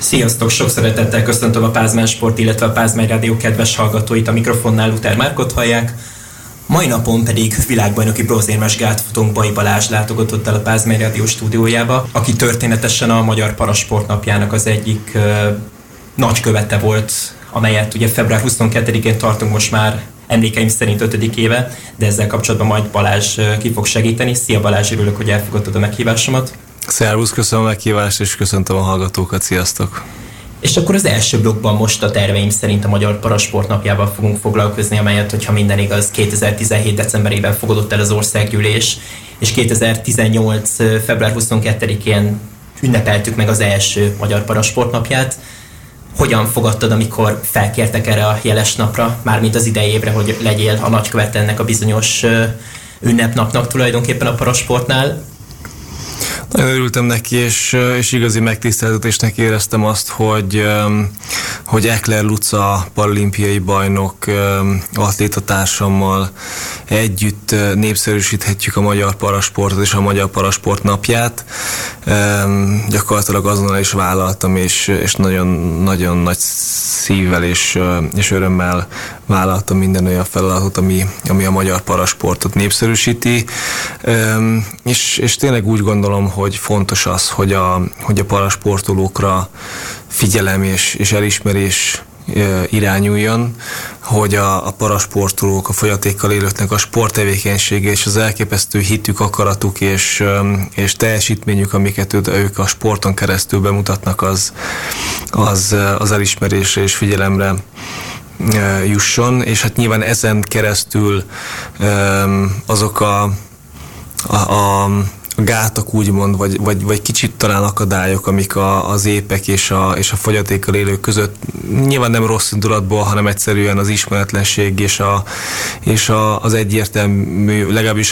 Sziasztok! Sok szeretettel köszöntöm a Pázmány Sport, illetve a Pázmány Rádió kedves hallgatóit, a mikrofonnál Luther Márkot hallják. Mai napon pedig világbajnoki bronzérmes gátfutónk Bai Balázs látogatott el a Pázmány Rádió stúdiójába, aki történetesen a Magyar Parasport napjának az egyik nagykövete volt, amelyet ugye február 22-én tartunk most már emlékeim szerint 5. éve, de ezzel kapcsolatban majd Balázs ki fog segíteni. Szia Balázs, örülök, hogy elfogadtad a meghívásomat. Szervusz, köszönöm a meghívást, és köszöntöm a hallgatókat, sziasztok! És akkor az első blokkban most a terveim szerint a Magyar Parasport napjával fogunk foglalkozni, amelyet, hogyha minden igaz, 2017. decemberében fogadott el az országgyűlés, és 2018. február 22-én ünnepeltük meg az első Magyar Parasport napját. Hogyan fogadtad, amikor felkértek erre a jeles napra, mármint az idei évre, hogy legyél a nagykövet ennek a bizonyos ünnepnapnak tulajdonképpen a parasportnál? Nagyon örültem neki, és igazi megtiszteltetésnek éreztem azt, hogy Ekler Luca paralimpiai bajnok atlétatársammal együtt népszerűsíthetjük a magyar parasportot és a Magyar Parasport napját. Gyakorlatilag azonnal is vállaltam, és nagyon nagy szívvel és örömmel vállaltam minden olyan feladatot, ami a magyar parasportot népszerűsíti. És tényleg úgy gondolom, hogy fontos az, hogy a parasportolókra figyelem és elismerés irányuljon, hogy a parasportolók, a fogyatékkal élőknek a sporttevékenysége és az elképesztő hitük, akaratuk és teljesítményük, amiket ők a sporton keresztül bemutatnak, az elismerésre és figyelemre jusson, és hát nyilván ezen keresztül azok a gátak úgymond, vagy kicsit talán akadályok, amik az épek és a fogyatékkal élők között nyilván nem rossz indulatból, hanem egyszerűen az ismeretlenség és az egyértelmű, legalábbis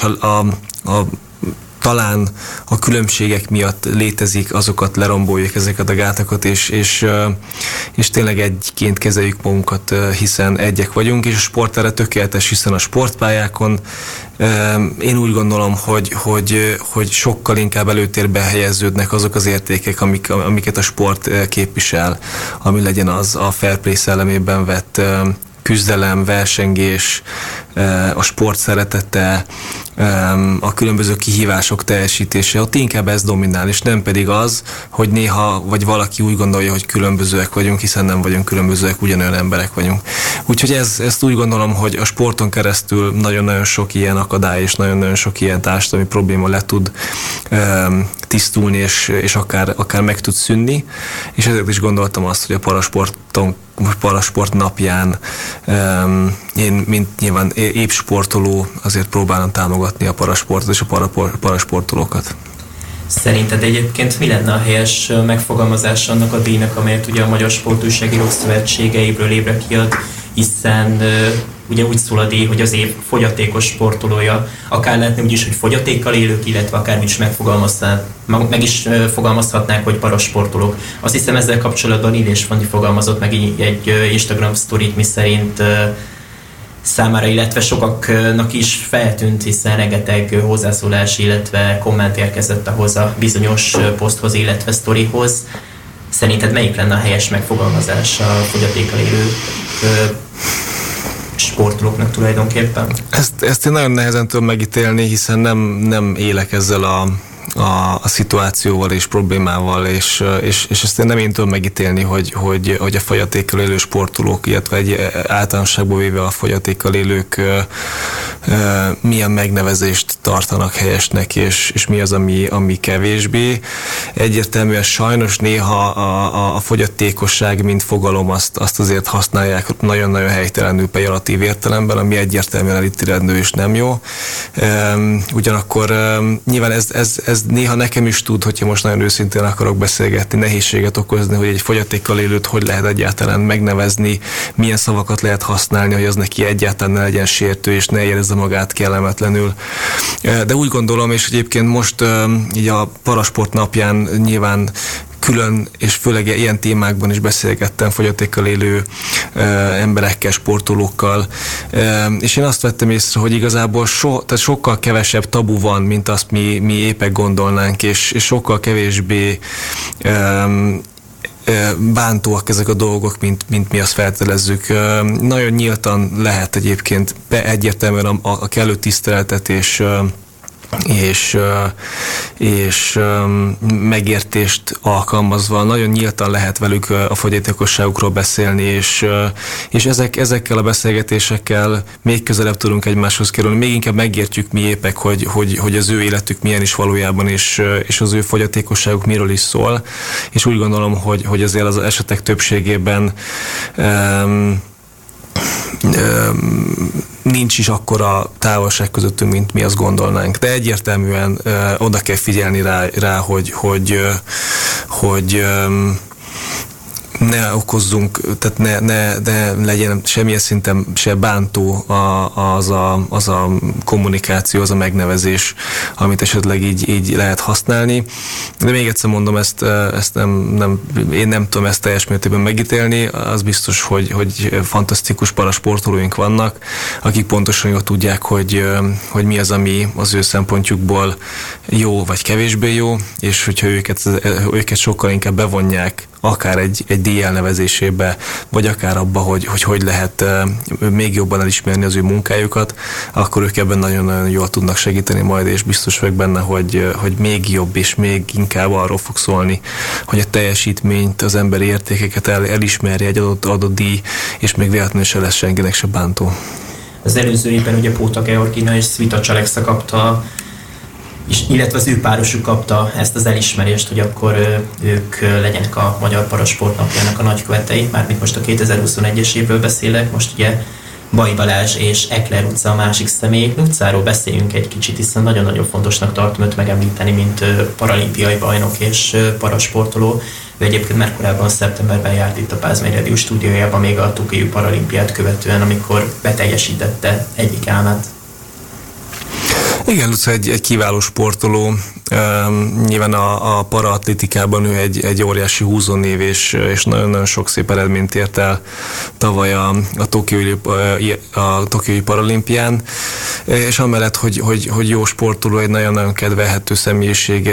talán a különbségek miatt létezik, azokat leromboljuk, ezeket a gátakat, és tényleg egyként kezeljük magunkat, hiszen egyek vagyunk, és a sport erre tökéletes, hiszen a sportpályákon én úgy gondolom, hogy sokkal inkább előtérbe helyeződnek azok az értékek, amiket a sport képvisel, ami legyen az a fair play szellemében vett küzdelem, versengés, a sport szeretete, a különböző kihívások teljesítése, ott inkább ez dominál, és nem pedig az, hogy néha vagy valaki úgy gondolja, hogy különbözőek vagyunk, hiszen nem vagyunk különbözőek, ugyanolyan emberek vagyunk. Úgyhogy ezt úgy gondolom, hogy a sporton keresztül nagyon-nagyon sok ilyen akadály és nagyon-nagyon sok ilyen társadalmi probléma le tud tisztulni, és akár meg tud szűnni, és ezért is gondoltam azt, hogy a parasport napján én, mint nyilván épp sportoló, azért próbálom támogatni a parasportot és a parasportolókat. Szerinted egyébként mi lenne a helyes megfogalmazása annak a díjnak, amelyet ugye a Magyar Sportújságírók Szövetsége évről évre kiad, hiszen ugye úgy szól a díj, hogy az év fogyatékos sportolója, akár lehetne úgy is, hogy fogyatékkal élők, illetve akár úgy is meg is fogalmazhatnák, hogy parasportolók. Azt hiszem ezzel kapcsolatban Illés Fandi fogalmazott meg egy Instagram sztorit, miszerint számára, illetve sokaknak is feltűnt, hiszen rengeteg hozzászólás, illetve komment érkezett ahhoz a bizonyos poszthoz, illetve sztorihoz. Szerinted melyik lenne a helyes megfogalmazás a fogyatékkal élő sportolóknak tulajdonképpen? Ezt én nagyon nehezen tudom megítélni, hiszen nem élek ezzel a szituációval és problémával, és ezt én nem tudom megítélni, hogy a fogyatékkal élő sportolók, illetve egy általánosságban véve a fogyatékkal élők milyen megnevezést tartanak helyesnek, és mi az, ami kevésbé. Egyértelműen sajnos néha a fogyatékosság, mint fogalom, azt azért használják nagyon-nagyon helytelenül pejoratív értelemben, ami egyértelműen elítélendő és nem jó. Ugyanakkor nyilván ez néha nekem is tud, hogyha most nagyon őszintén akarok beszélgetni, nehézséget okozni, hogy egy fogyatékkal élőt hogy lehet egyáltalán megnevezni, milyen szavakat lehet használni, hogy az neki egyáltalán ne legyen sértő, és ne érezze magát kellemetlenül. De úgy gondolom, és egyébként most így a Parasport napján nyilván külön, és főleg ilyen témákban is beszélgettem fogyatékkal élő emberekkel, sportolókkal, és én azt vettem észre, hogy igazából tehát sokkal kevesebb tabu van, mint azt mi épek gondolnánk, és sokkal kevésbé bántóak ezek a dolgok, mint mi azt feltételezzük. Nagyon nyíltan lehet egyébként egyértelműen a kellő tiszteletet és megértést alkalmazva nagyon nyíltan lehet velük a fogyatékosságukról beszélni, és ezekkel a beszélgetésekkel még közelebb tudunk egymáshoz kerülni, még inkább megértjük mi épek, hogy az ő életük milyen is valójában, és az ő fogyatékosságuk miről is szól, és úgy gondolom, hogy azért az esetek többségében nincs is akkora távolság közöttünk, mint mi azt gondolnánk. De egyértelműen oda kell figyelni rá hogy ne okozzunk, tehát ne legyen semmilyen szinten se bántó az a kommunikáció, az a megnevezés, amit esetleg így lehet használni. De még egyszer mondom, ezt én nem tudom ezt teljes mértékben megítélni. Az biztos, hogy fantasztikus parasportolóink vannak, akik pontosan jól tudják, hogy mi az, ami az ő szempontjukból jó vagy kevésbé jó, és hogyha őket sokkal inkább bevonják akár egy díj elnevezésébe, vagy akár abba, hogy lehet még jobban elismerni az ő munkájukat, akkor ők ebben nagyon-nagyon jól tudnak segíteni majd, és biztos vagyok benne, hogy még jobb és még inkább arról fog szólni, hogy a teljesítményt, az emberi értékeket elismerje egy adott díj, és még véletlenül se lesz senkinek se bántó. Az előző évben ugye Póta Georgina és Svita Csaleksa kapta, illetve az ő párosuk kapta ezt az elismerést, hogy akkor ők legyenek a Magyar Parasport Napjának a nagykövetei, mármint most a 2021-es évről beszélek, most ugye Bai Balázs és Ekler utca a másik személy. Utcáról beszéljünk egy kicsit, hiszen nagyon-nagyon fontosnak tartom őt megemlíteni, mint paralimpiai bajnok és parasportoló. Ő egyébként már korábban szeptemberben járt itt a Pázmány Rádió stúdiójában még a Tokiói paralimpiát követően, amikor beteljesítette egyik álmát. Igen, Luca egy kiváló sportoló, nyilván a paraatlétikában ő egy óriási húzónév, és nagyon-nagyon sok szép eredményt ért el tavaly a Tokiói paralimpián, és amellett, hogy jó sportoló, egy nagyon-nagyon kedvelhető személyiség,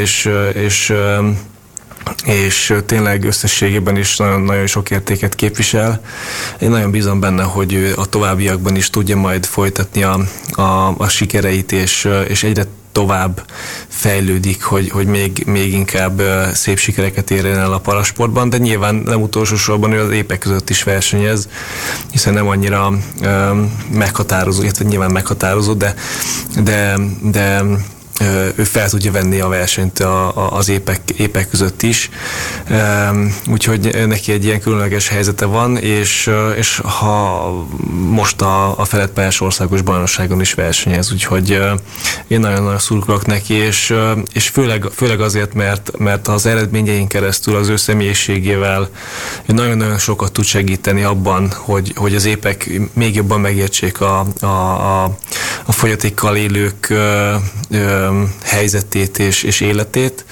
és tényleg összességében is nagyon sok értéket képvisel. Én nagyon bízom benne, hogy ő a továbbiakban is tudja majd folytatni a sikereit, és egyre tovább fejlődik, hogy még inkább szép sikereket érjen el a parasportban, de nyilván nem utolsó sorban ő az épek között is versenyez, hiszen nem annyira meghatározó, illetve nyilván meghatározó, de ő fel tudja venni a versenyt az épek között is. Úgyhogy neki egy ilyen különleges helyzete van, és ha most a feledpályás országos bajnokságon is versenyez, úgyhogy én nagyon-nagyon szurkolok neki, és főleg azért, mert az eredményein keresztül az ő személyiségével nagyon-nagyon sokat tud segíteni abban, hogy az épek még jobban megértsék a fogyatékkal élők helyzetét és életét,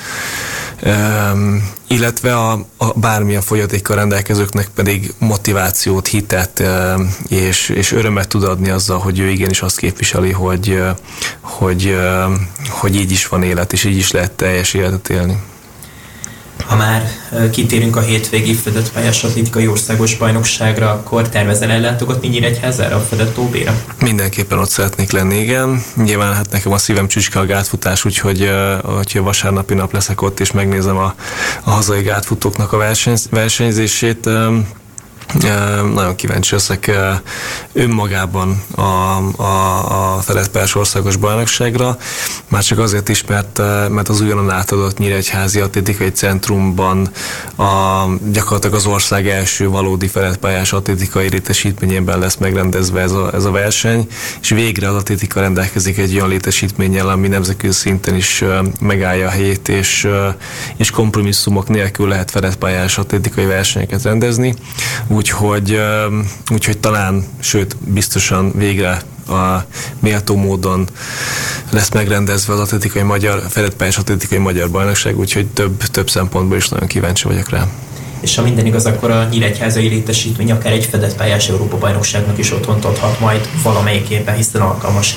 illetve a bármilyen fogyatékkal rendelkezőknek pedig motivációt, hitet és örömet tud adni azzal, hogy ő igenis azt képviseli, hogy így is van élet, és így is lehet teljes életet élni. Ha már kitérünk a hétvégi fedett pályás atlétikai országos bajnokságra, akkor tervezel ellátogatni Nyíregyházára, a fedett OB-ra? Mindenképpen ott szeretnék lenni, igen. Nyilván hát nekem a szívem csücske a gátfutás, úgyhogy vasárnapi nap leszek ott, és megnézem a hazai gátfutóknak a versenyzését. Nagyon kíváncsi leszek önmagában a fedett pályás országos bajnokságra, már csak azért is, mert az újonnan átadott Nyíregyházi Atlétikai Centrumban gyakorlatilag az ország első valódi fedett pályás atlétikai létesítményében lesz megrendezve ez a verseny, és végre az atlétika rendelkezik egy olyan létesítménnyel, ami nemzetközi szinten is megállja a helyét, és kompromisszumok nélkül lehet fedett pályás atlétikai versenyeket rendezni. Úgyhogy talán, sőt, biztosan végre a méltó módon lesz megrendezve az fedett pályás atlétikai magyar bajnokság, úgyhogy több szempontból is nagyon kíváncsi vagyok rá. És ha minden igaz, akkor a nyíregyházai létesítmény akár egy fedett pályás Európa-bajnokságnak is otthont adhat majd valamelyik évben, hiszen alkalmas rá.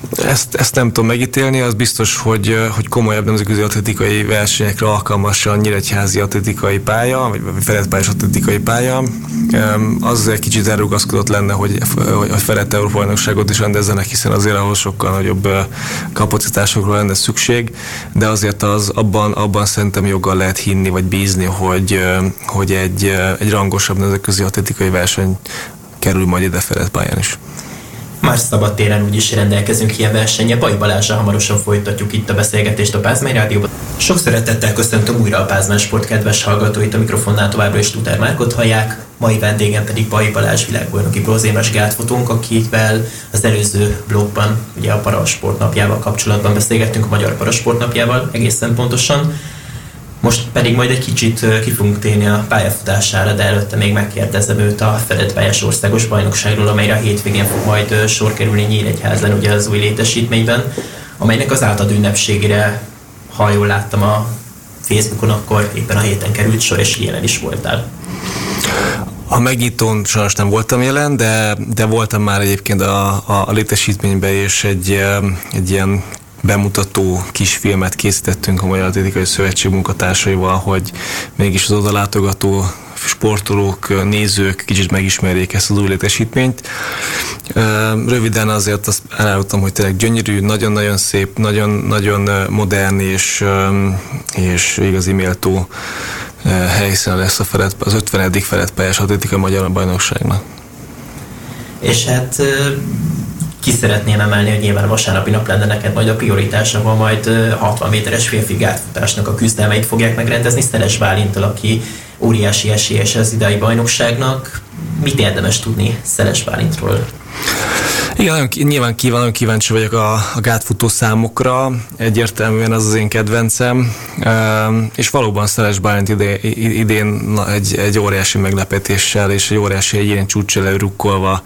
Ezt nem tudom megítélni, az biztos, hogy komolyabb nemzetközi atletikai versenyekre alkalmas a nyíregyházi atletikai pálya, vagy feledpályás atletikai pálya. Az egy kicsit elrugaszkodott lenne, hogy a felett Európa bajnokságot is rendezzenek, hiszen azért ahhoz sokkal nagyobb kapacitásokról lenne szükség, de azért abban szerintem joggal lehet hinni, vagy bízni, hogy egy rangosabb nemzetközi atletikai verseny kerül majd ide feledpályán is. Már szabadtéren úgyis rendelkezünk ilyen versennyel. Baj Balázsral hamarosan folytatjuk itt a beszélgetést a Pázmány Rádióban. Sok szeretettel köszöntöm újra a Pázmány Sport kedves hallgatóit, a mikrofonnál továbbra is Luther Márkot hallják, mai vendégem pedig Baj Balázs világbajnoki bronzérmes gátfutónk, akivel az előző blogban, ugye a Parasport napjával kapcsolatban beszélgettünk, a Magyar Parasport napjával egészen pontosan. Most pedig majd egy kicsit ki fogunk térni a pályafutására, de előtte még megkérdezem őt a feledpályás országos bajnokságról, amelyre a hétvégén fog majd sor kerülni Nyíregyházán, ugye az új létesítményben, amelynek az átad ünnepségére, ha jól láttam a Facebookon, akkor éppen a héten került sor, és jelen is voltál. A megnyitón sajnos nem voltam jelen, de voltam már egyébként a létesítményben, és egy ilyen bemutató kisfilmet készítettünk a Magyar Atlétikai Szövetség munkatársaival, hogy mégis az oda látogató sportolók, nézők kicsit megismerjék ezt az új létesítményt. Röviden azért azt elárultam, hogy tényleg gyönyörű, nagyon-nagyon szép, nagyon-nagyon modern és igazi méltó helyszín lesz az 50. feledpályás atlétikai magyar bajnokságnak. És hát ki szeretném emelni, hogy nyilván a vasárnapi nap lenne neked majd a prioritás, ahol majd 60 méteres férfi gátfutásnak a küzdelmeit fogják megrendezni Szeles Bálinttal, aki óriási esélyes az idei bajnokságnak. Mit érdemes tudni Szeles Bálintról? Igen, nyilván nagyon kíváncsi vagyok a gátfutó számokra, egyértelműen az én kedvencem, és valóban Szeles Bálint idén egy óriási meglepetéssel és egy óriási egyéni csúccsal elrukkolva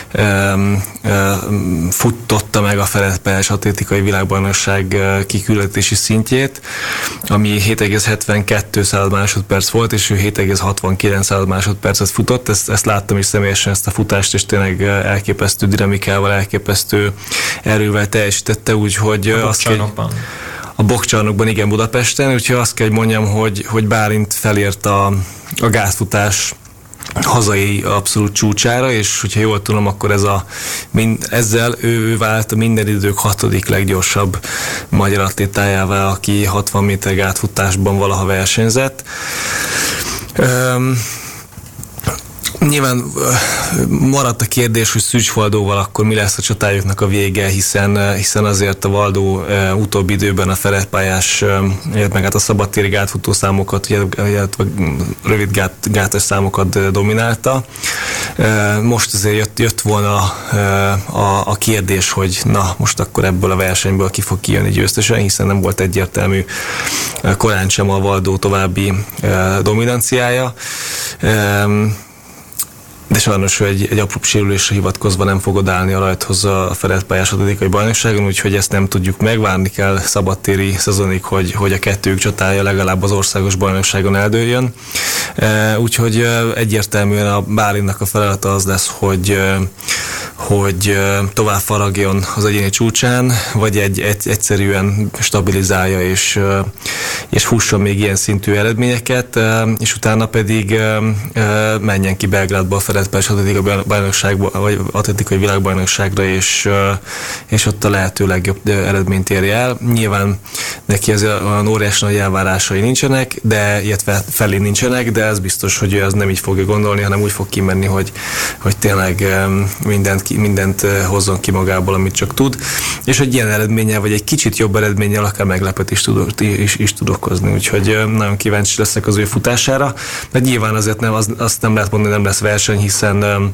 futtotta meg a feledpályás atlétikai világbajnokság kiküldetési szintjét, ami 7,72 másodperc volt, és ő 7,69 másodpercet futott. Ezt láttam is személyesen, ezt a futást, és tényleg elképesztő dinamikával, elképesztő erővel teljesítette, úgyhogy a Bokcsarnokban, igen, Budapesten, úgyhogy azt kell, hogy mondjam, hogy Bálint felért a gátfutás hazai abszolút csúcsára, és hogyha jól tudom, akkor ezzel ő vált a minden idők 6. leggyorsabb magyar atlétájává, aki 60 méter gátfutásban valaha versenyzett. Nyilván maradt a kérdés, hogy Szűcs Valdóval akkor mi lesz a csatájuknak a vége, hiszen azért a Valdó utóbbi időben a feledpályás, meg hát a szabadtéri gátfutó számokat, illetve rövid gátos számokat dominálta. Most azért jött volna a kérdés, hogy na, most akkor ebből a versenyből ki fog kijönni győztesen, hiszen nem volt egyértelmű korán sem a Valdó további dominanciája. De sajnos, hogy egy apróbb sérülésre hivatkozva nem fogod állni a rajthoz a feledpályás atlétikai bajnokságon, úgyhogy ezt nem tudjuk megvárni kell szabadtéri szezonig, hogy a kettőjük csatája legalább az országos bajnokságon eldőljön. Úgyhogy egyértelműen a Bálintnak a feladata az lesz, hogy tovább faragjon az egyéni csúcsán, vagy egyszerűen stabilizálja és fusson még ilyen szintű eredményeket, és utána pedig menjen ki Belgrádba a feledpályás atletikai világbajnokságra, és ott a lehető legjobb eredményt érje el. Nyilván neki azért olyan óriási nagy elvárásai nincsenek, illetve felé nincsenek, de ez biztos, hogy ez nem így fogja gondolni, hanem úgy fog kimenni, hogy tényleg mindent hozzon ki magából, amit csak tud, és egy ilyen eredménnyel, vagy egy kicsit jobb eredménnyel akár meglepetést is tud okozni, úgyhogy nagyon kíváncsi leszek az ő futására, de nyilván azért azt nem lehet mondani, nem lesz verseny, hiszen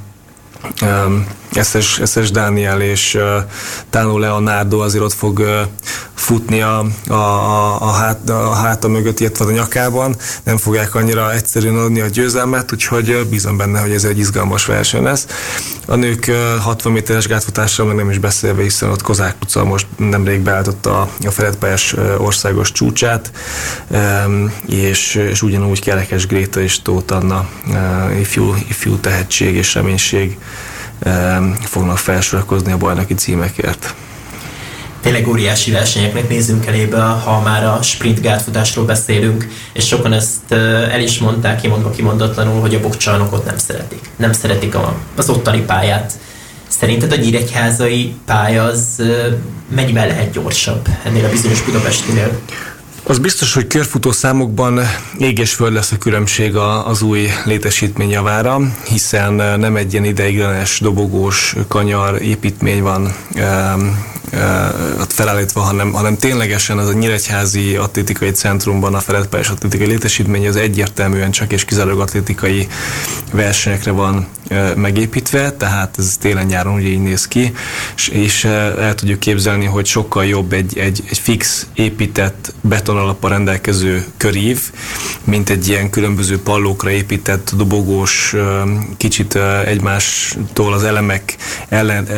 Eszes Dániel és Tánó Leonardo azért ott fog futni a háta mögött, illetve a nyakában. Nem fogják annyira egyszerűen adni a győzelmet, úgyhogy bízom benne, hogy ez egy izgalmas verseny lesz. A nők 60 méteres gátfutással meg nem is beszélve, hiszen ott Kozák Luca most nemrég beálltotta a feledpályás országos csúcsát, és ugyanúgy Kerekes Gréta és Tóth Anna ifjú tehetség és reménység fognak felsorakozni a bajnoki címekért. Tényleg óriási versenyeknek nézzünk elébe, ha már a sprint gátfutásról beszélünk, és sokan ezt el is mondták, kimondva kimondatlanul, hogy a bokcsarnokot nem szeretik. Nem szeretik az ottani pályát. Szerinted a nyíregyházai pálya az mennyiben lehet gyorsabb ennél a bizonyos budapestinél? Az biztos, hogy körfutó számokban ég és föld lesz a különbség az új létesítmény javára, hiszen nem egy ilyen ideiglenes, dobogós, kanyar építmény van felállítva, hanem ténylegesen az a Nyíregyházi Atlétikai Centrumban a Ferencpályás atlétikai létesítmény az egyértelműen csak és kizárólag atlétikai versenyekre van megépítve, tehát ez télen-nyáron ugye így néz ki, és el tudjuk képzelni, hogy sokkal jobb egy fix épített betonalappal rendelkező körív, mint egy ilyen különböző pallókra épített dobogós, kicsit egymástól az elemek ellen,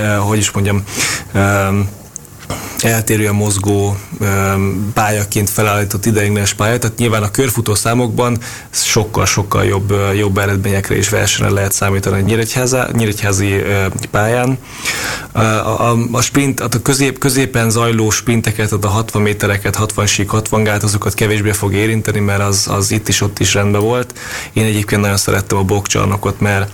eltérően mozgó pályaként felállított ideiglenes pálya, tehát nyilván a körfutó számokban sokkal-sokkal jobb eredményekre és versenyre lehet számítani a nyíregyházi pályán. A sprint, a középen zajló sprinteket, a 60 métereket, 60 sík, 60 gát, azokat kevésbé fog érinteni, mert az itt is ott is rendben volt. Én egyébként nagyon szerettem a bokcsarnokot, mert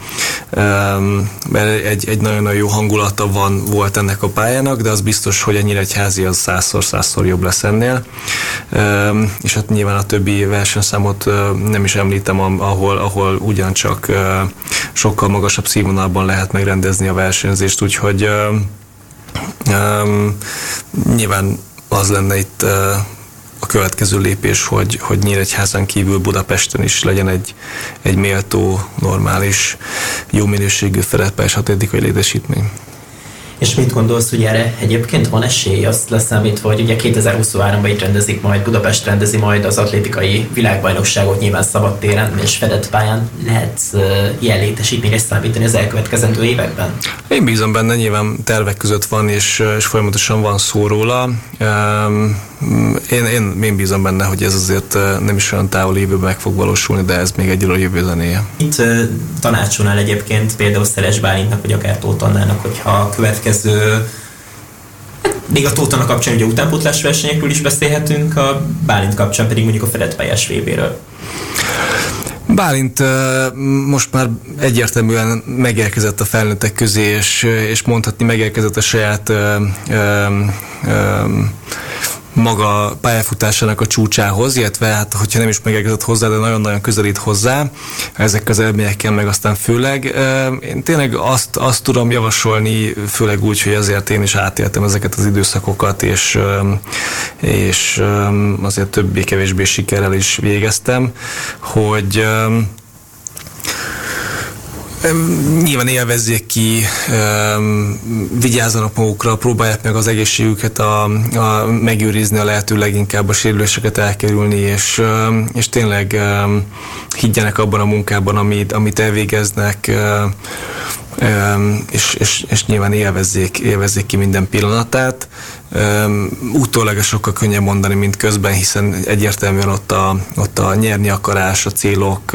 egy nagyon-nagyon jó hangulata volt ennek a pályának, de az biztos, hogy a nyíregyházi az 100-szor jobb lesz ennél. És hát nyilván a többi versenyszámot nem is említem, ahol ugyancsak sokkal magasabb színvonalban lehet megrendezni a versenyzést, úgyhogy nyilván az lenne itt a következő lépés, hogy Nyíregyházán kívül Budapesten is legyen egy méltó, normális, jó minőségű Ferencpályás atlétikai létesítmény. És mit gondolsz, hogy erre egyébként van esély, azt leszámítva, hogy ugye 2023-ban itt rendezik majd, Budapest rendezi majd az atlétikai világbajnokságot nyilván szabadtéren és fedett pályán. Lehet ilyen létesítményre számítani az elkövetkezendő években? Én bízom benne, nyilván tervek között van, és folyamatosan van szó róla. Én bízom benne, hogy ez azért nem is olyan távol évben meg fog valósulni, de ez még egyről a jövő zenéje. Itt tanácsolnál egyébként például Szeles Bálintnak, vagy akár Tóth Annának, hogyha a következő, még a Tóth Anna kapcsán ugye utánpótlás versenyekről is beszélhetünk, a Bálint kapcsán pedig mondjuk a fedett pályás VB-ről. Bálint most már egyértelműen megérkezett a felnőttek közé, és mondhatni megérkezett a saját maga pályafutásának a csúcsához, illetve hát, hogyha nem is megérkezett hozzá, de nagyon-nagyon közelít hozzá ezek az eredményekkel, meg aztán főleg. Én tényleg azt tudom javasolni, főleg úgy, hogy ezért én is átéltem ezeket az időszakokat, és azért többé-kevésbé sikerrel is végeztem, hogy nyilván élvezzék ki, vigyázzanak magukra, próbálják meg az egészségüket megőrizni, a lehető leginkább a sérüléseket elkerülni, és tényleg higgyenek abban a munkában, amit elvégeznek, és nyilván élvezzék ki minden pillanatát. Utólag sokkal könnyebb mondani, mint közben, hiszen egyértelműen ott a nyerni akarás, a célok,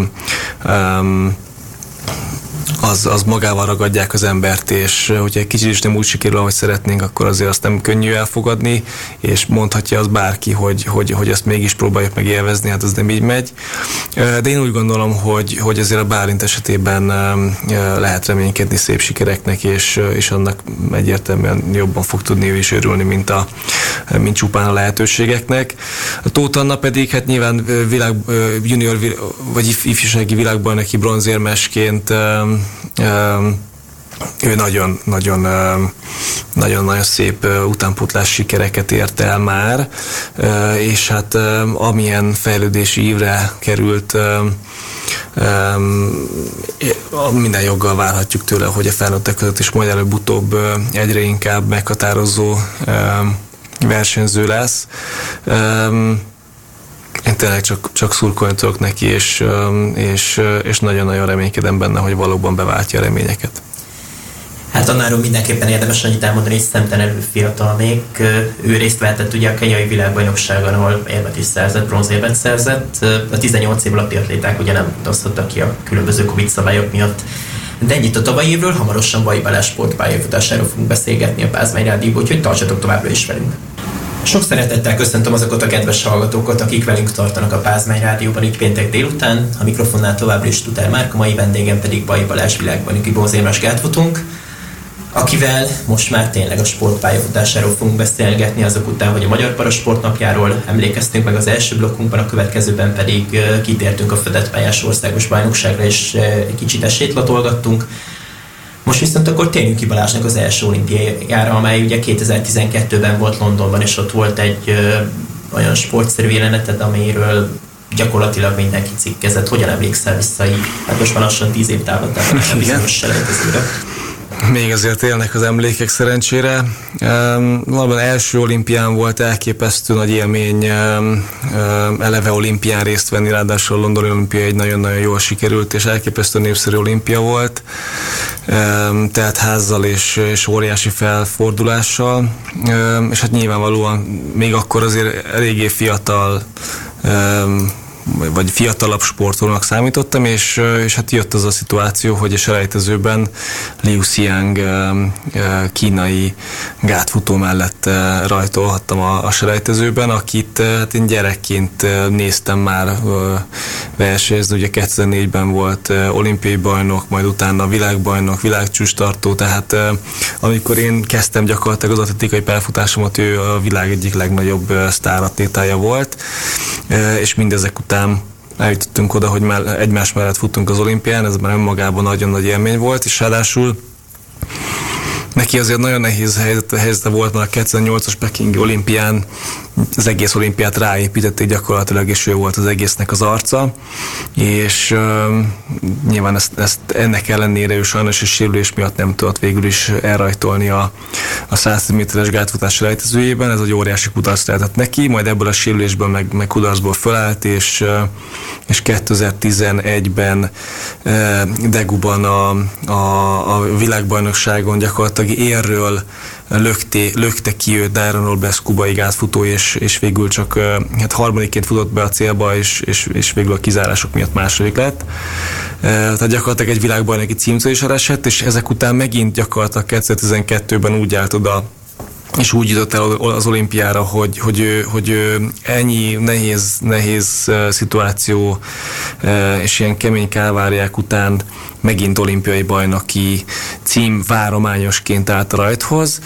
az magával ragadják az embert, és hogyha egy kicsit is nem úgy sikerül, ahogy szeretnénk, akkor azért azt nem könnyű elfogadni, és mondhatja az bárki, hogy ezt mégis próbáljuk meg élvezni, hát az nem így megy. De én úgy gondolom, hogy azért a Bálint esetében lehet reménykedni szép sikereknek, és annak egyértelműen jobban fog tudni ő is örülni, mint csupán a lehetőségeknek. A Tóth Anna pedig hát nyilván junior vagy ifjúsági világbajnoki bronzérmesként ő nagyon szép utánpótlás sikereket ért el már, és hát amilyen fejlődési ívre került, minden joggal várhatjuk tőle, hogy a felnőttek között is majd előbb-utóbb egyre inkább meghatározó versenyző lesz. Én tényleg csak szurkolni tudok neki, és nagyon-nagyon reménykedem benne, hogy valóban beváltja a reményeket. Hát Annáról mindenképpen érdemes annyit elmondani, hogy szemtelenül fiatal még. Ő részt vehetett ugye a kenyai világbajnokságon, ahol érmet is szerzett, bronzérmet szerzett. A 18 év alatti atléták ugye nem utazhattak ki a különböző Covid szabályok miatt. De ennyit a tavalyi évről, hamarosan Bai Balázs sportpályafutásáról fogunk beszélgetni a Pázmány Rádióban, úgyhogy tartsatok továbbra is velünk. Sok szeretettel köszöntöm azokat a kedves hallgatókat, akik velünk tartanak a Pázmány Rádióban így péntek délután. A mikrofonnál továbbra is Tutár Márka, mai vendégem pedig Bai Balázs világbajnoki bronzérmes gátfutónk, akivel most már tényleg a sportpályafutásáról fogunk beszélgetni, azok után, hogy a Magyar Parasport napjáról emlékeztünk meg az első blokkunkban, a következőben pedig kitértünk a fedett pályás országos bajnokságra, és egy kicsit esélyt latolgattunk. Most viszont akkor térjünk ki Balázsnak az első olimpiára, amely ugye 2012-ben volt Londonban, és ott volt egy olyan sportszerű jeleneted, amiről gyakorlatilag mindenki cikkezett. Hogyan emlékszel vissza így? Hát most már lassan 10 év távlatában nem bizonyos selejtezőre. Még azért élnek az emlékek szerencsére. Valóban első olimpián volt elképesztő nagy élmény eleve olimpián részt venni, ráadásul a londoni olimpia egy nagyon-nagyon jól sikerült, és elképesztő népszerű olimpia volt, tehát házzal és óriási felfordulással, és hát nyilvánvalóan még akkor azért eléggé fiatal vagy fiatalabb sportolónak számítottam, és hát jött az a szituáció, hogy a selejtezőben Liu Xiang kínai gátfutó mellett rajtolhattam a selejtezőben, akit hát én gyerekként néztem már versenyezni, ugye 2004-ben volt olimpiai bajnok, majd utána világbajnok, világcsúcstartó, tehát amikor én kezdtem gyakorlatilag az atletikai pályafutásomat, ő a világ egyik legnagyobb sztáratlétája volt, és mindezek után eljutottunk oda, hogy egymás mellett futtunk az olimpián, ez már önmagában nagyon nagy élmény volt, és ráadásul neki azért nagyon nehéz helyzete volt, mert a 2008-as pekingi olimpián az egész olimpiát ráépítették gyakorlatilag, és ő volt az egésznek az arca, és nyilván ezt ennek ellenére ő sajnos a sérülés miatt nem tudott végül is elrajtolni a 110 méteres gátfutás selejtezőjében, ez egy óriási kudarc lehetett neki, majd ebből a sérülésből meg kudarcból fölállt, és 2011-ben Daeguban a világbajnokságon gyakorlatilag érről lökte ki őt Daron Robles kubai gátfutó, és végül csak hát harmadikként futott be a célba, és végül a kizárások miatt második lett. Tehát gyakorlatilag egy világbajnoki címzősre esett, és ezek után megint gyakorlatilag 2012-ben úgy állt oda, és úgy jutott el az olimpiára, hogy ő ennyi nehéz szituáció és ilyen kemény kálváriák után megint olimpiai bajnoki cím várományosként állt a rajthoz,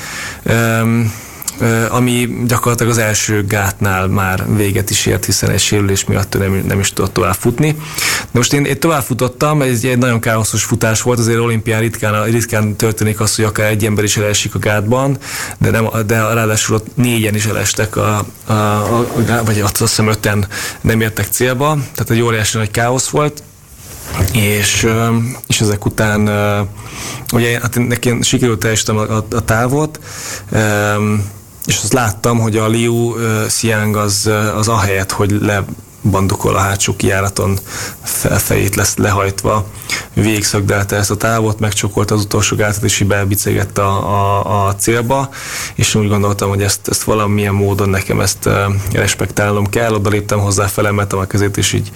ami gyakorlatilag az első gátnál már véget is ért, hiszen egy sérülés miatt ő nem is tudott tovább futni. De most én tovább futottam, ez egy nagyon káoszos futás volt, azért olimpián ritkán történik az, hogy akár egy ember is elesik a gátban, de ráadásul ott 4-en is elestek, vagy azt hiszem 5-en nem értek célba, tehát egy óriási nagy káosz volt. És ezek után ugye hát nekem sikerült teljesítem a távot, és azt láttam, hogy a Liu Xiang az ahelyett, hogy lebandukol a hátsó kijáraton, fejét lesz lehajtva, végigszögdelte ezt a távot, megcsokolta az utolsó gátat, és így belbicegett a célba, és úgy gondoltam, hogy ezt valamilyen módon nekem ezt respektálnom kell, oda léptem hozzá, felemeltem a kezét, és így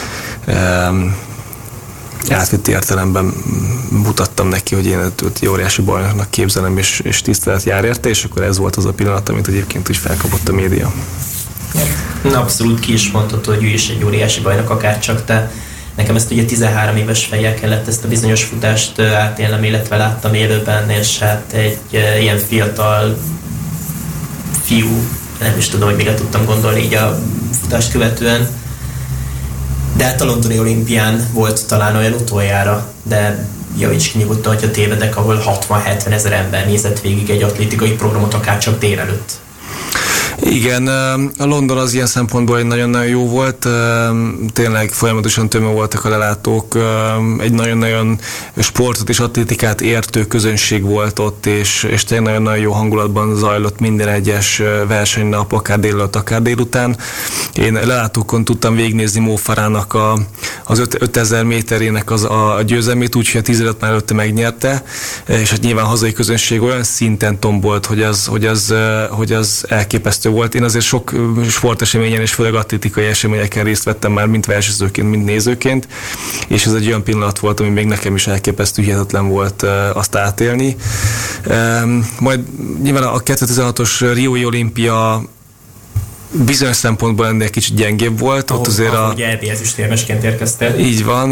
átvitt értelemben mutattam neki, hogy én egy óriási bajnoknak képzelem, és tisztelet jár érte, és akkor ez volt az a pillanat, amit egyébként úgy felkapott a média. Abszolút ki is mondható, hogy ő is egy óriási bajnok, akárcsak te. Nekem ezt ugye 13 éves fejjel kellett ezt a bizonyos futást átélnem, illetve láttam élőben, és hát egy ilyen fiatal fiú, nem is tudom, hogy mire tudtam gondolni így a futást követően. De hát a londoni olimpián volt talán olyan utoljára, de javíts ki nyugodtan, hogyha tévedek, ahol 60-70 ezer ember nézett végig egy atlétikai programot, akár csak délelőtt. Igen, a London az ilyen szempontból egy nagyon-nagyon jó volt, tényleg folyamatosan tömve voltak a lelátók, egy nagyon-nagyon sportot és atlétikát értő közönség volt ott, és tényleg nagyon-nagyon jó hangulatban zajlott minden egyes versenynap, akár délelőtt, akár délután. Én lelátókon tudtam végignézni Mo Farahnak az 5000 méterének a győzelmét, úgyhogy a 15 már előtte megnyerte, és hát nyilván hazai közönség olyan szinten tombolt, hogy az elképesztő elképesztő volt. Én azért sok sporteseményen és főleg atlétikai eseményeken részt vettem már, mint versenyzőként, mint nézőként, és ez egy olyan pillanat volt, ami még nekem is elképesztő, hihetetlen volt azt átélni. Majd nyilván a 2016-os Riói olimpia bizonyos szempontból ennél kicsit gyengébb volt. Ott azért ugye EB ezüstérmesként érkeztél. Így van.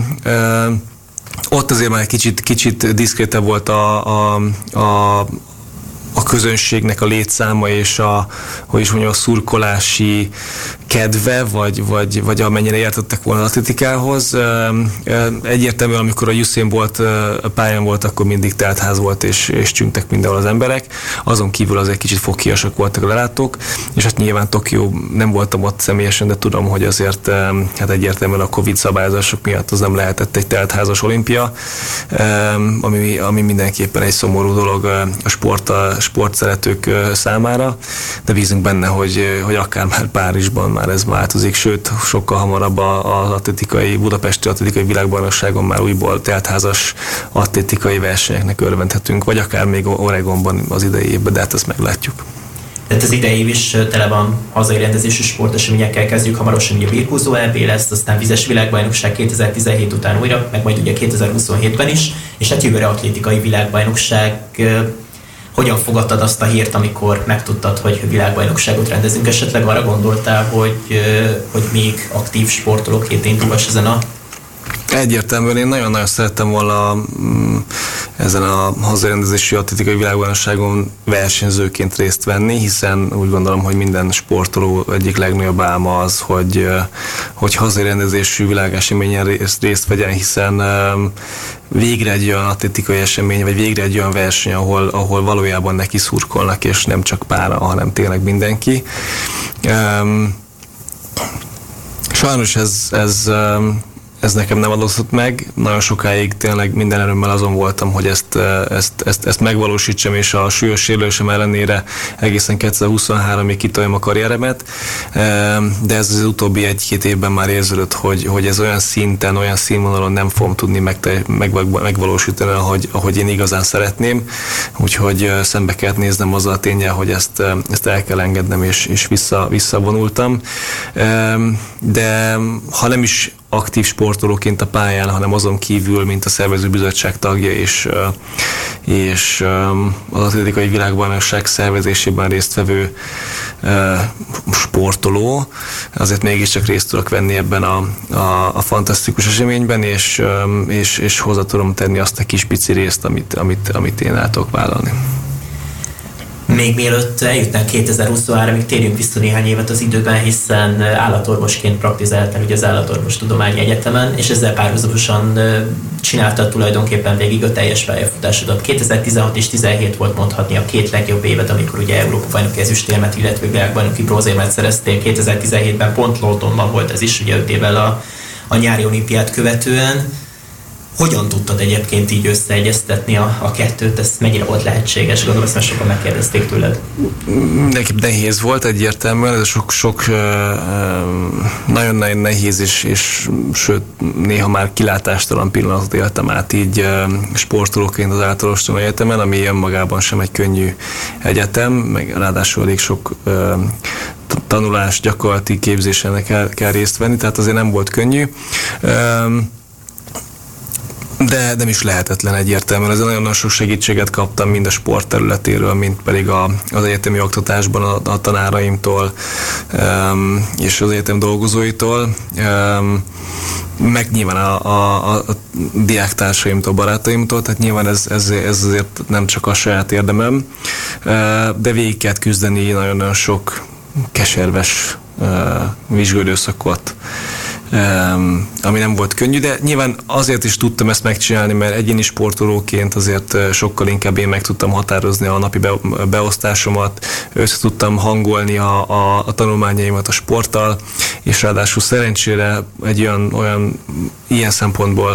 Ott azért már kicsit diszkrétebb volt a közönségnek a létszáma és a szurkolási kedve, vagy amennyire értettek volna az atlétikához. Egyértelműen, amikor a Usain Bolt pályán volt, akkor mindig teltház volt, és csüngtek mindenhol az emberek. Azon kívül azért kicsit foghiasak voltak a lelátók, és hát nyilván Tokió, nem voltam ott személyesen, de tudom, hogy azért hát egyértelműen a Covid szabályozások miatt az nem lehetett egy teltházas olimpia, ami mindenképpen egy szomorú dolog a sportszeretők számára, de bízunk benne, hogy akár már Párizsban már ez változik, sőt, sokkal hamarabb az budapesti atlétikai világbajnokságon már újból teltházas atlétikai versenyeknek örvendhetünk, vagy akár még Oregonban az idei évben, de hát ezt meglátjuk. Tehát az idei év is tele van hazai rendezésű sporteseményekkel, kezdjük hamarosan, ugye a birkózó EB lesz, aztán vizes világbajnokság 2017 után újra, meg majd ugye 2027-ben is, és hát jövőre atlétikai világbajnokság. Hogyan fogadtad azt a hírt, amikor megtudtad, hogy világbajnokságot rendezünk? Esetleg arra gondoltál, hogy még aktív sportolóként indulhass ezen a... Egyértelműen én nagyon-nagyon szerettem volna ezen a hazarendezésű atlétikai világbajnokságon versenyzőként részt venni, hiszen úgy gondolom, hogy minden sportoló egyik legnagyobb álma az, hogy hazarendezésű világeseményen részt vegyen, hiszen végre egy olyan atlétikai esemény, vagy végre egy olyan verseny, ahol valójában neki szurkolnak, és nem csak pára, hanem tényleg mindenki. Sajnos ez nekem nem adódott meg. Nagyon sokáig tényleg minden erőmmel azon voltam, hogy ezt megvalósítsam, és a súlyos sérülésem ellenére egészen 2023-ig kitoljam a karrieremet. De ez az utóbbi 1-2 évben már érződött, hogy ez olyan szinten, olyan színvonalon nem fogom tudni megvalósítani, ahogy én igazán szeretném. Úgyhogy szembe kellett néznem azzal a ténnyel, hogy ezt el kell engednem, és visszavonultam. De ha nem is aktív sportolóként a pályán, hanem azon kívül, mint a szervezőbizottság tagja és az atlétikai világbajnokság szervezésében résztvevő sportoló, azért mégiscsak részt tudok venni ebben a fantasztikus eseményben, és hozzá tudom tenni azt a kis pici részt, amit én el tudok vállalni. Még mielőtt eljutnánk 2023-ig, térjünk vissza néhány évet az időben, hiszen állatorvosként praktizáltál ugye az Állatorvostudományi Egyetemen, és ezzel párhuzamosan csináltad tulajdonképpen végig a teljes pályafutásodat. 2016 és 2017 volt mondhatni a két legjobb évet, amikor ugye Európa-bajnoki ezüstérmet, illetve világbajnoki bronzérmet szereztél. 2017-ben pont Londonban volt ez is, ugye 5 évvel a nyári olimpiát követően. Hogyan tudtad egyébként így összeegyeztetni a kettőt? Ez mennyire volt lehetséges? Gondolom, ezt már sokan megkérdezték tőled. Nekem nehéz volt egyértelműen, ez sok nagyon nehéz, és sőt, néha már kilátástalan pillanatot éltem át így sportolóként az Állatorvostudományi Egyetemen, ami önmagában sem egy könnyű egyetem, meg ráadásul elég sok tanulás, gyakorlati képzésen kell részt venni, tehát azért nem volt könnyű. De nem is lehetetlen egyértelműen. Ezzel nagyon sok segítséget kaptam mind a sport területéről, mind pedig az egyetemi oktatásban a tanáraimtól és az egyetem dolgozóitól, meg nyilván a diáktársaimtól, barátaimtól, tehát nyilván ez azért nem csak a saját érdemem, de végig kellett küzdeni nagyon-nagyon sok keserves vizsgaidőszakot, ami nem volt könnyű, de nyilván azért is tudtam ezt megcsinálni, mert egyéni sportolóként azért sokkal inkább én meg tudtam határozni a napi beosztásomat, össze tudtam hangolni a tanulmányaimat a sporttal, és ráadásul szerencsére egy olyan ilyen szempontból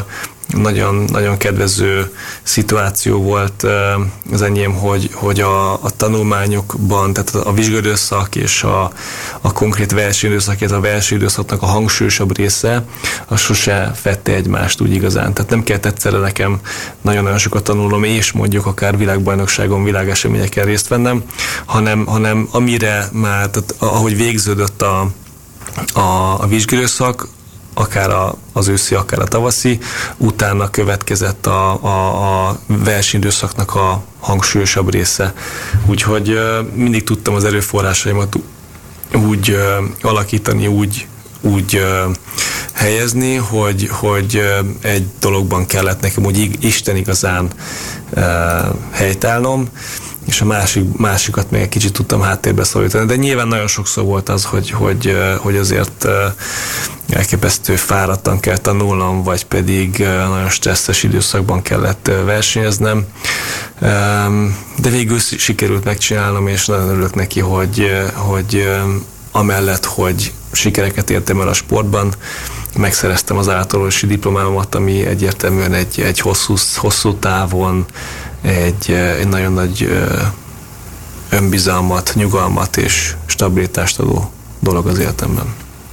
nagyon, nagyon kedvező szituáció volt az enyém, hogy a tanulmányokban, tehát a vizsgaidőszak és a konkrét versenyidőszak, illetve a versenyidőszaknak a hangsúlyosabb része, az sose fette egymást úgy igazán. Tehát nem kellett egyszerre nekem nagyon-nagyon sokat tanulnom, és mondjuk akár világbajnokságon, világeseményeken részt vennem, hanem amire már, tehát ahogy végződött a vizsgaidőszak, akár az őszi, akár a tavaszi, utána következett a versenyidőszaknak a hangsúlyosabb része. Úgyhogy mindig tudtam az erőforrásaimat úgy alakítani, úgy helyezni, hogy egy dologban kellett nekem úgy Isten igazán helytállnom, és a másikat még egy kicsit tudtam háttérbe szorítani. De nyilván nagyon sokszor volt az, hogy azért elképesztő fáradtan kell tanulnom, vagy pedig nagyon stresszes időszakban kellett versenyeznem. De végül sikerült megcsinálnom, és nagyon örülök neki, hogy amellett, hogy sikereket értem el a sportban, megszereztem az állatorvosi diplomámat, ami egyértelműen egy hosszú távon egy nagyon nagy önbizalmat, nyugalmat és stabilitást adó dolog az életemben.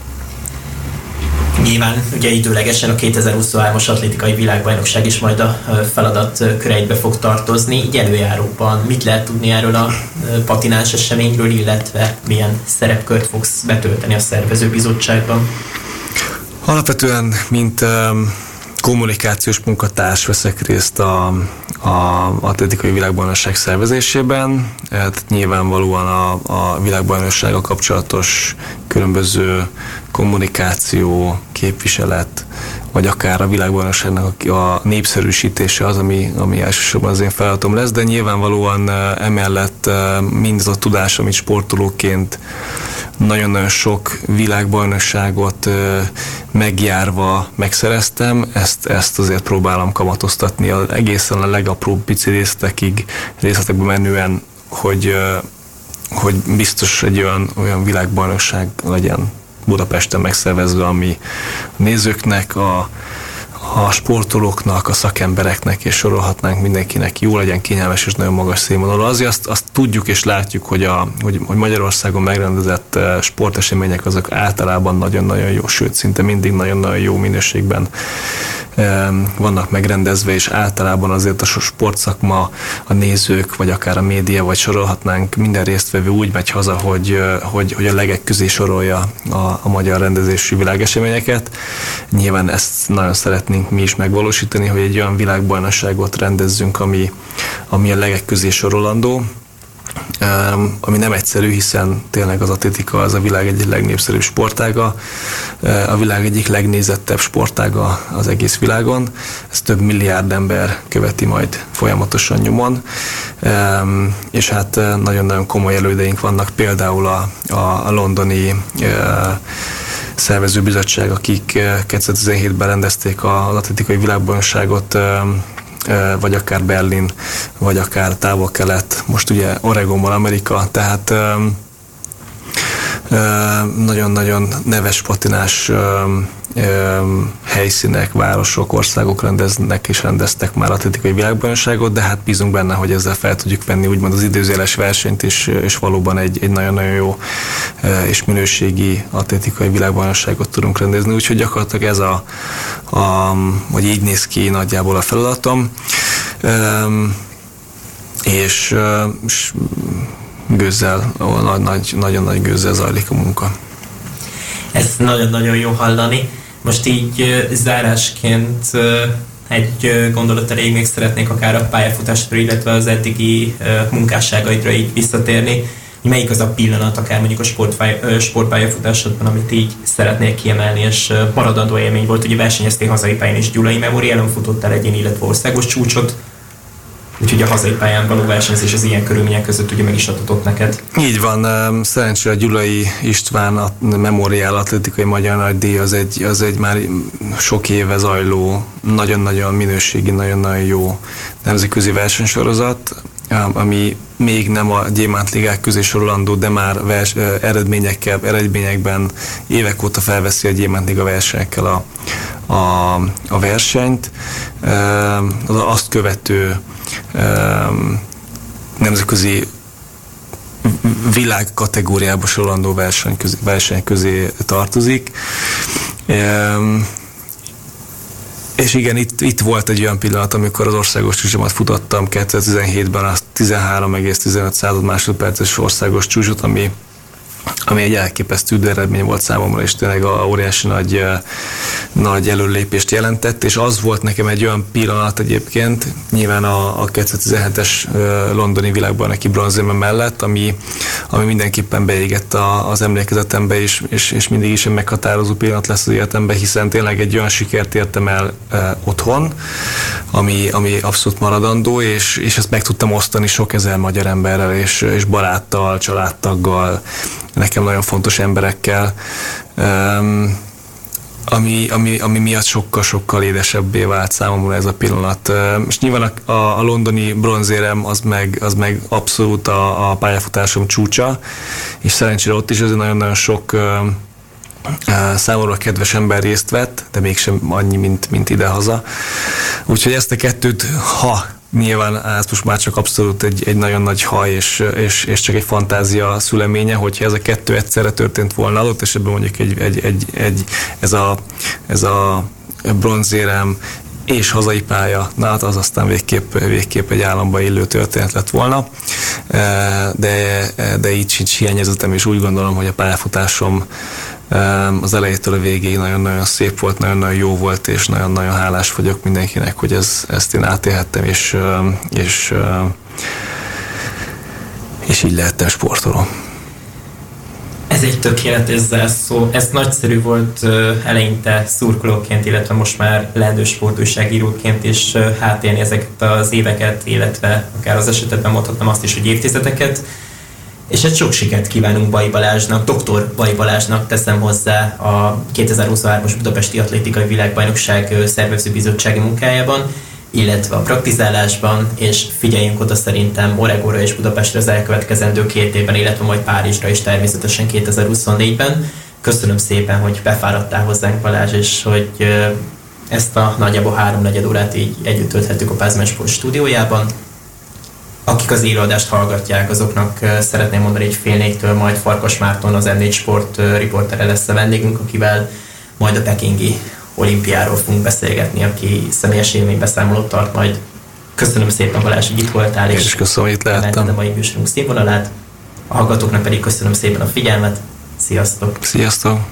Nyilván ugye időlegesen a 2023-as atlétikai világbajnokság is majd a feladat köreibe fog tartozni. Így előjáróban mit lehet tudni erről a patináns eseményről, illetve milyen szerepkört fogsz betölteni a szervezőbizottságban? Alapvetően, mint kommunikációs munkatárs veszek részt a atlétikai világbajnokság szervezésében. Tehát nyilvánvalóan a világbajnoksággal kapcsolatos különböző kommunikáció, képviselet, vagy akár a világbajnokságnak a népszerűsítése az, ami elsősorban az én feladatom lesz, de nyilvánvalóan emellett mindaz a tudás, amit sportolóként nagyon-nagyon sok világbajnokságot megjárva megszereztem, ezt azért próbálom kamatoztatni egészen a legapróbb pici részletekbe menően, hogy biztos egy olyan világbajnokság legyen Budapesten megszervezve, ami a nézőknek, a sportolóknak, a szakembereknek, és sorolhatnánk mindenkinek jó legyen, kényelmes és nagyon magas színvonalú. Azért azt tudjuk és látjuk, hogy Magyarországon megrendezett sportesemények azok általában nagyon-nagyon jó, sőt szinte mindig nagyon-nagyon jó minőségben vannak megrendezve, és általában azért a sportszakma, a nézők, vagy akár a média, vagy sorolhatnánk, minden résztvevő úgy megy haza, hogy a legek közé sorolja a magyar rendezésű világeseményeket. Nyilván ezt nagyon szeretnénk mi is megvalósítani, hogy egy olyan világbajnokságot rendezzünk, ami a legek közé sorolandó, ami nem egyszerű, hiszen tényleg az atlétika az a világ egyik legnépszerűbb sportága, a világ egyik legnézettebb sportága az egész világon. Ez több milliárd ember követi majd folyamatosan nyomon, és hát nagyon-nagyon komoly elődeink vannak, például a londoni szervezőbizottság, akik 2017-ben rendezték az atlétikai világbajnokságot, vagy akár Berlin, vagy akár távol-kelet, most ugye Oregonban Amerika, tehát nagyon-nagyon neves patinás helyszínek, városok, országok rendeznek és rendeztek már atlétikai világbajnokságot, de hát bízunk benne, hogy ezzel fel tudjuk venni úgymond az időzéles versenyt, és valóban egy nagyon-nagyon jó és minőségi atlétikai világbajnokságot tudunk rendezni, úgyhogy gyakorlatilag ez vagy így néz ki nagyjából a feladatom, és gőzzel, nagyon nagy gőzzel zajlik a munka. Ez nagyon-nagyon jó hallani. Most így zárásként egy gondolat erejéig még szeretnék akár a pályafutásra, illetve az eddigi munkásságaidra így visszatérni. Melyik az a pillanat, akár mondjuk a sportpályafutásodban, amit így szeretnél kiemelni, és maradandó élmény volt, ugye versenyeztél hazai pályán is, Gyulai Memoriálon futottál egyéni, illetve országos csúcsot, úgyhogy a hazai pályán való versenyzés az ilyen körülmények között ugye meg is adatott neked. Így van, szerencsére a Gyulai István a Memoriál atlétikai magyar nagydíj az egy már sok éve zajló, nagyon-nagyon minőségi, nagyon-nagyon jó nemzetközi versenysorozat, ami még nem a gyémántligák közé sorolandó, de már eredményekben évek óta felveszi a gyémántliga versenyekkel a versenyt. Az azt követő nemzetközi világ kategóriába sorolandó verseny közé tartozik. És igen, itt volt egy olyan pillanat, amikor az országos csúcsomat futottam 2017-ben, a 13,15 másodperces országos csúcsot, ami egy elképesztő eredmény volt számomra, és tényleg óriási nagy előlépést jelentett, és az volt nekem egy olyan pillanat egyébként, nyilván a 2017-es londoni világbajnoki bronzérme mellett, ami mindenképpen beégett az emlékezetembe, és mindig is egy meghatározó pillanat lesz az életemben, hiszen tényleg egy olyan sikert értem el otthon, ami abszolút maradandó, és ezt meg tudtam osztani sok ezer magyar emberrel, és baráttal, családtaggal, nekem nagyon fontos emberekkel, ami miatt sokkal édesebbé vált számomra ez a pillanat. És nyilván a londoni bronzérem az meg abszolút a pályafutásom csúcsa, és szerencsére ott is azért nagyon-nagyon sok számomra kedves ember részt vett, de mégsem annyi, mint idehaza. Úgyhogy ezt a kettőt, nyilván ez most már csak abszolút egy nagyon nagy haj, és csak egy fantázia szüleménye, hogyha ez a kettő egyszerre történt volna, adott esetben mondjuk ez a bronzérem és hazai pálya, na hát az aztán végképp egy államban élő történet lett volna, de így sincs hiányérzetem, és úgy gondolom, hogy a pályafutásom az elejétől a végéig nagyon-nagyon szép volt, nagyon-nagyon jó volt, és nagyon-nagyon hálás vagyok mindenkinek, hogy ezt én átélhettem, és így lehettem sportoló. Ez egy tökéletes zárszó. Ez nagyszerű volt eleinte szurkolóként, illetve most már leendő sportújságíróként is átélni ezeket az éveket, illetve akár az esetetben mondhatnám azt is, hogy évtizedeket. És egy sok sikert kívánunk Bai Balázsnak, dr. Bai Balázsnak teszem hozzá a 2023-as Budapesti Atlétikai Világbajnokság szervezőbizottsági munkájában, illetve a praktizálásban, és figyeljünk oda szerintem Oregonra és Budapestre az elkövetkezendő 2 évben, illetve majd Párizsra is természetesen 2024-ben. Köszönöm szépen, hogy befáradtál hozzánk, Balázs, és hogy ezt a nagyjából 3-4 órát így együtt tölthettük a Pázmány Sport stúdiójában. Akik az élőadást hallgatják, azoknak szeretném mondani, hogy 3:30 majd Farkas Márton, az M4 Sport riportere lesz a vendégünk, akivel majd a pekingi olimpiáról fogunk beszélgetni, aki személyes élménybeszámolót tart majd. Köszönöm szépen, Balázs, hogy itt voltál, és köszönöm, hogy itt lehettem. A mai műsorunk színvonalát. A hallgatóknak pedig köszönöm szépen a figyelmet. Sziasztok! Sziasztok!